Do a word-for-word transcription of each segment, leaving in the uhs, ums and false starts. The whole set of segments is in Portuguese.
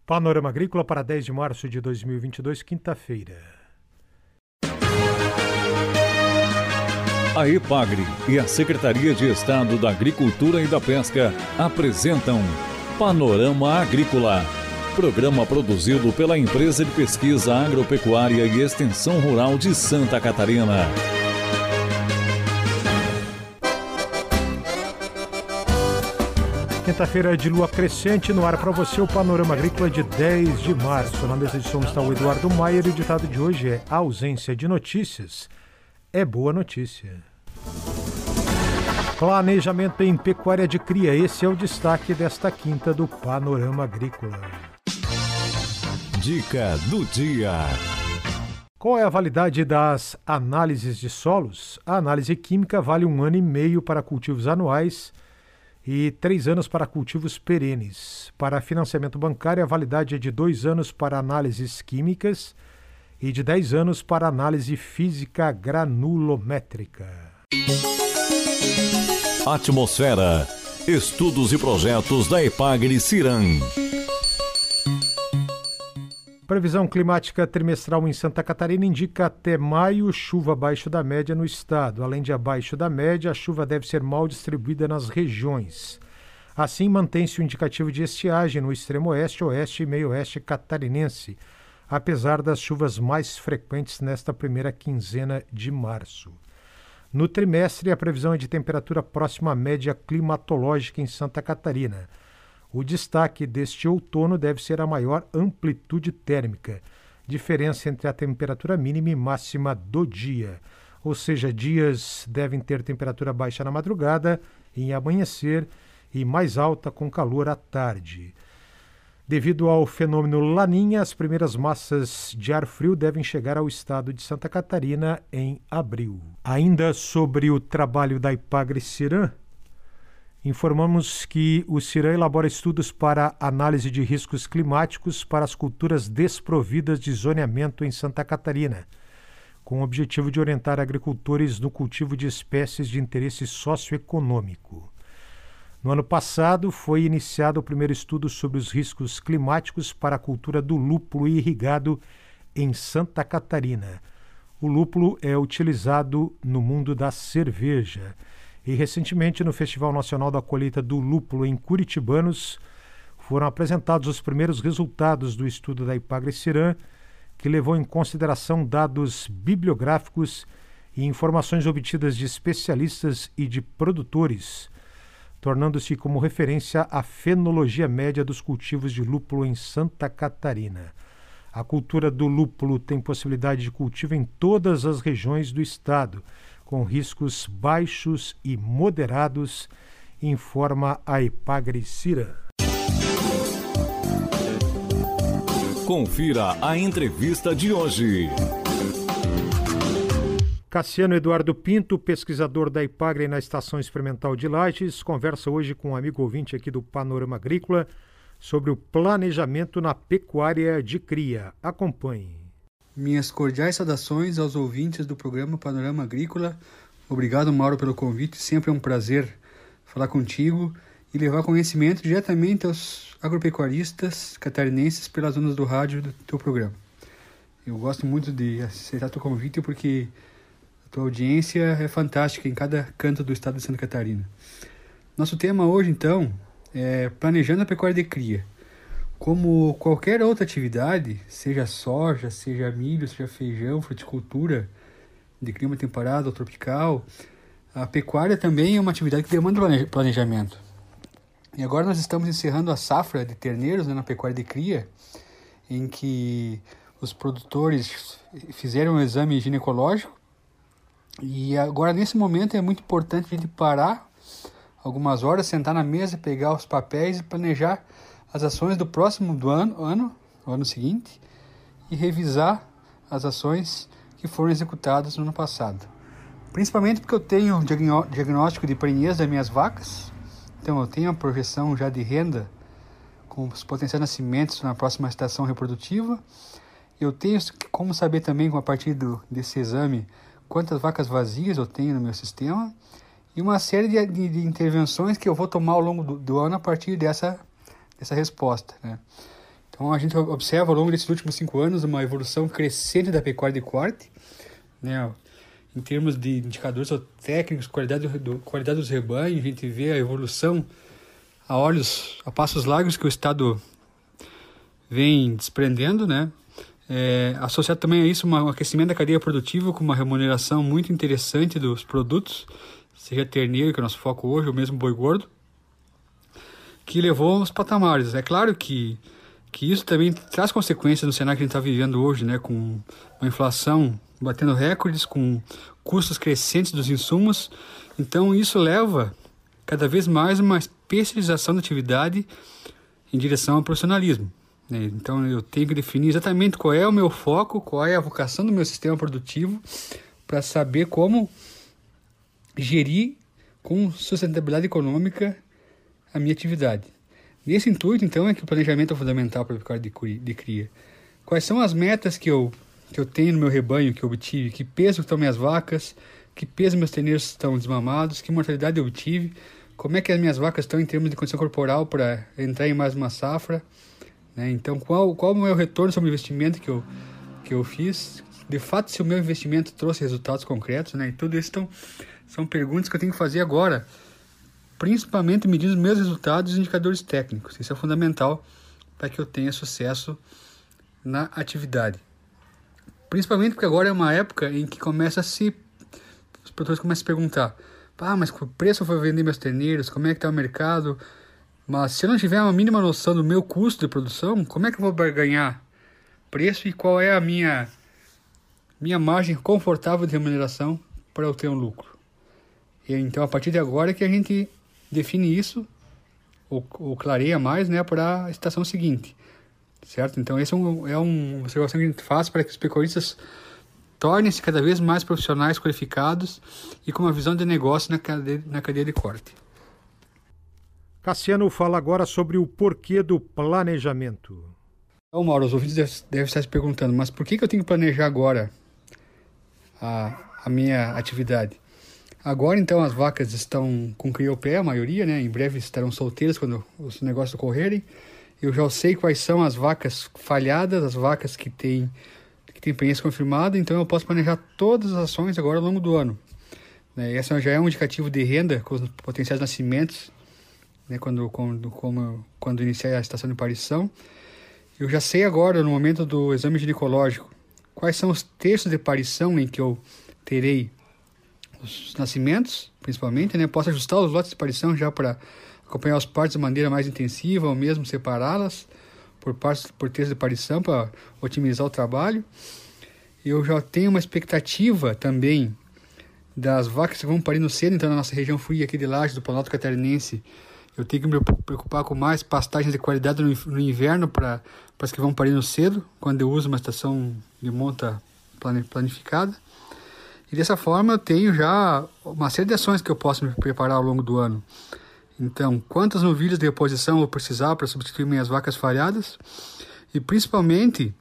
Panorama Agrícola para dez de março de dois mil e vinte e dois, quinta-feira. A EPAGRE e a Secretaria de Estado da Agricultura e da Pesca apresentam Panorama Agrícola, programa produzido pela Empresa de Pesquisa Agropecuária e Extensão Rural de Santa Catarina. Quinta-feira de lua crescente, no ar para você o Panorama Agrícola de dez de março. Na mesa de som está o Eduardo Maier e o ditado de hoje é: a ausência de notícias é boa notícia. Planejamento em pecuária de cria, esse é o destaque desta quinta do Panorama Agrícola. Dica do dia. Qual é a validade das análises de solos? A análise química vale um ano e meio para cultivos anuais e três anos para cultivos perenes. Para financiamento bancário, a validade é de dois anos para análises químicas e de dez anos para análise física granulométrica. Atmosfera. Estudos e projetos da EPAGRE Ciran. Previsão climática trimestral em Santa Catarina indica até maio chuva abaixo da média no estado. Além de abaixo da média, a chuva deve ser mal distribuída nas regiões. Assim, mantém-se o indicativo de estiagem no extremo oeste, oeste e meio oeste catarinense, apesar das chuvas mais frequentes nesta primeira quinzena de março. No trimestre, a previsão é de temperatura próxima à média climatológica em Santa Catarina. O destaque deste outono deve ser a maior amplitude térmica, diferença entre a temperatura mínima e máxima do dia. Ou seja, dias devem ter temperatura baixa na madrugada, em amanhecer, e mais alta com calor à tarde. Devido ao fenômeno Laninha, as primeiras massas de ar frio devem chegar ao estado de Santa Catarina em abril. Ainda sobre o trabalho da EPAGRE Ciran, informamos que o Ciran elabora estudos para análise de riscos climáticos para as culturas desprovidas de zoneamento em Santa Catarina, com o objetivo de orientar agricultores no cultivo de espécies de interesse socioeconômico. No ano passado, foi iniciado o primeiro estudo sobre os riscos climáticos para a cultura do lúpulo irrigado em Santa Catarina. O lúpulo é utilizado no mundo da cerveja. E recentemente, no Festival Nacional da Colheita do Lúpulo em Curitibanos, foram apresentados os primeiros resultados do estudo da EPAGRE Ciran, que levou em consideração dados bibliográficos e informações obtidas de especialistas e de produtores, tornando-se como referência a fenologia média dos cultivos de lúpulo em Santa Catarina. A cultura do lúpulo tem possibilidade de cultivo em todas as regiões do estado, com riscos baixos e moderados, informa a EPAGRE Ciran. Confira a entrevista de hoje. Cassiano Eduardo Pinto, pesquisador da EPAGRE na Estação Experimental de Lages, conversa hoje com um amigo ouvinte aqui do Panorama Agrícola sobre o planejamento na pecuária de cria. Acompanhe. Minhas cordiais saudações aos ouvintes do programa Panorama Agrícola. Obrigado, Mauro, pelo convite. Sempre é um prazer falar contigo e levar conhecimento diretamente aos agropecuaristas catarinenses pelas ondas do rádio do teu programa. Eu gosto muito de aceitar teu convite porque a tua audiência é fantástica em cada canto do estado de Santa Catarina. Nosso tema hoje, então, é planejando a pecuária de cria. Como qualquer outra atividade, seja soja, seja milho, seja feijão, fruticultura de clima temperado ou tropical, a pecuária também é uma atividade que demanda planejamento. E agora nós estamos encerrando a safra de terneiros, né, na pecuária de cria, em que os produtores fizeram um exame ginecológico e agora nesse momento é muito importante a gente parar algumas horas, sentar na mesa, pegar os papéis e planejar as ações do próximo do ano, ano, ano seguinte, e revisar as ações que foram executadas no ano passado. Principalmente porque eu tenho um diagnóstico de prenhez das minhas vacas, então eu tenho a projeção já de renda com os potenciais nascimentos na próxima estação reprodutiva. Eu tenho como saber também, a partir do, desse exame, quantas vacas vazias eu tenho no meu sistema e uma série de, de, de intervenções que eu vou tomar ao longo do, do ano a partir dessa, dessa resposta, né? Então, Então, a gente observa ao longo desses últimos cinco anos uma evolução crescente da pecuária de corte, né? Em termos de indicadores técnicos, qualidade, do, qualidade dos rebanhos, a gente vê a evolução a olhos, a passos largos que o Estado vem desprendendo, né? É, associado também a isso uma, um aquecimento da cadeia produtiva com uma remuneração muito interessante dos produtos, seja terneiro, que é o nosso foco hoje, ou mesmo boi gordo, que levou aos patamares. É claro que, que isso também traz consequências no cenário que a gente está vivendo hoje, né? Com uma inflação batendo recordes, com custos crescentes dos insumos. Então isso leva cada vez mais uma especialização da atividade em direção ao profissionalismo, né? Então eu tenho que definir exatamente qual é o meu foco, qual é a vocação do meu sistema produtivo, para saber como gerir com sustentabilidade econômica a minha atividade. Nesse intuito, então, é que o planejamento é fundamental para a pecuária de cria. Quais são as metas que eu que eu tenho no meu rebanho, que eu obtive, que peso estão minhas vacas, que peso meus terneiros estão desmamados, que mortalidade eu obtive, como é que as minhas vacas estão em termos de condição corporal para entrar em mais uma safra, né? Então, qual, qual é o meu retorno sobre o investimento que eu, que eu fiz, de fato, se o meu investimento trouxe resultados concretos, né? E tudo isso tão, são perguntas que eu tenho que fazer agora, principalmente medindo os meus resultados e indicadores técnicos. Isso é fundamental para que eu tenha sucesso na atividade. Principalmente porque agora é uma época em que começa a se... os produtores começam a se perguntar: ah, mas que preço eu vou vender meus terneiros? Como é que está o mercado? Mas se eu não tiver uma mínima noção do meu custo de produção, como é que eu vou ganhar preço e qual é a minha, minha margem confortável de remuneração para eu ter um lucro? E então, a partir de agora é que a gente define isso, ou, ou clareia mais, né, para a estação seguinte. Certo? Então, essa é, um, é uma observação que a gente faz para que os pecuaristas tornem-se cada vez mais profissionais qualificados e com uma visão de negócio na cadeia, na cadeia de corte. Cassiano fala agora sobre o porquê do planejamento. Então, Mauro, os ouvintes devem, devem estar se perguntando, mas por que, que eu tenho que planejar agora a, a minha atividade? Agora, então, as vacas estão com cria ao pé, a maioria, né? Em breve estarão solteiras quando os negócios ocorrerem. Eu já sei quais são as vacas falhadas, as vacas que têm que tem prenhez confirmada, então eu posso planejar todas as ações agora ao longo do ano. Né? Essa já é um indicativo de renda com os potenciais nascimentos, né? quando, quando, como, quando iniciar a estação de parição. Eu já sei agora, no momento do exame ginecológico, quais são os terços de parição em que eu terei os nascimentos, principalmente, né? Posso ajustar os lotes de parição já para acompanhar os partos de maneira mais intensiva ou mesmo separá-las por partes, por terços de parição para otimizar o trabalho. Eu já tenho uma expectativa também das vacas que vão parir no cedo, então na nossa região fria aqui de Lages, do Planalto Catarinense, eu tenho que me preocupar com mais pastagens de qualidade no, no inverno para as que vão parir no cedo, quando eu uso uma estação de monta planificada. E dessa forma eu tenho já uma série de ações que eu posso me preparar ao longo do ano. Então, quantas novilhas de reposição eu vou precisar para substituir minhas vacas falhadas? E principalmente,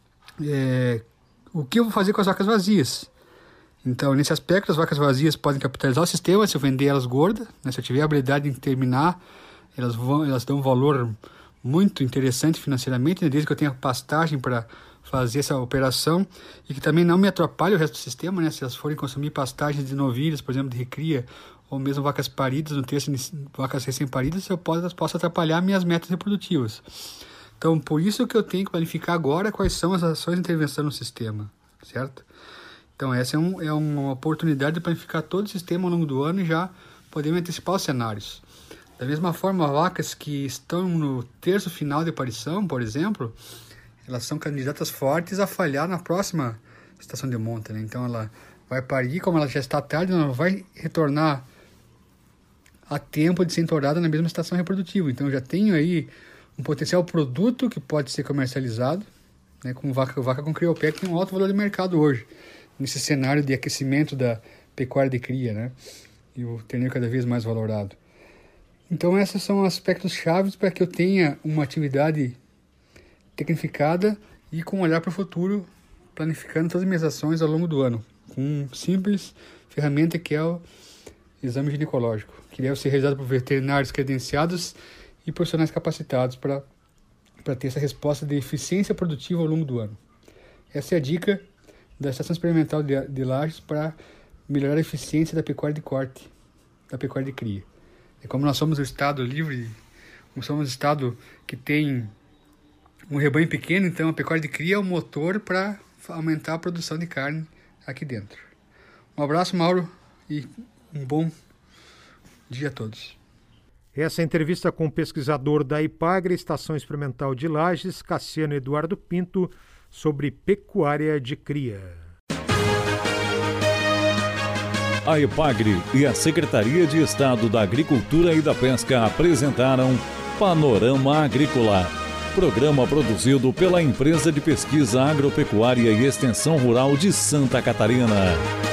é, o que eu vou fazer com as vacas vazias? Então, nesse aspecto, as vacas vazias podem capitalizar o sistema se eu vender elas gordas, né? Se eu tiver a habilidade de terminar, elas, vão, elas dão um valor muito interessante financeiramente, né? Desde que eu tenha pastagem para fazer essa operação e que também não me atrapalhe o resto do sistema, né? Se elas forem consumir pastagens de novilhas, por exemplo, de recria, ou mesmo vacas paridas, no terço, vacas recém-paridas, eu posso, posso atrapalhar minhas metas reprodutivas. Então, por isso que eu tenho que planificar agora quais são as ações de intervenção no sistema, certo? Então, essa é, um, é uma oportunidade de planificar todo o sistema ao longo do ano e já poder antecipar os cenários. Da mesma forma, vacas que estão no terço final de parição, por exemplo, elas são candidatas fortes a falhar na próxima estação de monta, né? Então, ela vai parir, como ela já está tarde, ela não vai retornar a tempo de ser entorada na mesma estação reprodutiva. Então, eu já tenho aí um potencial produto que pode ser comercializado, né, como vaca, vaca com cria ao pé, que tem um alto valor de mercado hoje, nesse cenário de aquecimento da pecuária de cria, né, e o terneiro cada vez mais valorado. Então, esses são aspectos chaves para que eu tenha uma atividade tecnificada e com um olhar para o futuro, planificando todas as minhas ações ao longo do ano, com uma simples ferramenta que é o exame ginecológico, que deve ser realizado por veterinários credenciados e profissionais capacitados para para ter essa resposta de eficiência produtiva ao longo do ano. Essa é a dica da Estação Experimental de, de Lages para melhorar a eficiência da pecuária de corte, da pecuária de cria. E como nós somos um estado livre, como somos um estado que tem um rebanho pequeno, então a pecuária de cria é o motor para aumentar a produção de carne aqui dentro. Um abraço, Mauro, e um bom dia a todos. Essa entrevista com o pesquisador da IPAGRE, Estação Experimental de Lages, Cassiano Eduardo Pinto, sobre pecuária de cria. A IPAGRE e a Secretaria de Estado da Agricultura e da Pesca apresentaram Panorama Agrícola, programa produzido pela Empresa de Pesquisa Agropecuária e Extensão Rural de Santa Catarina.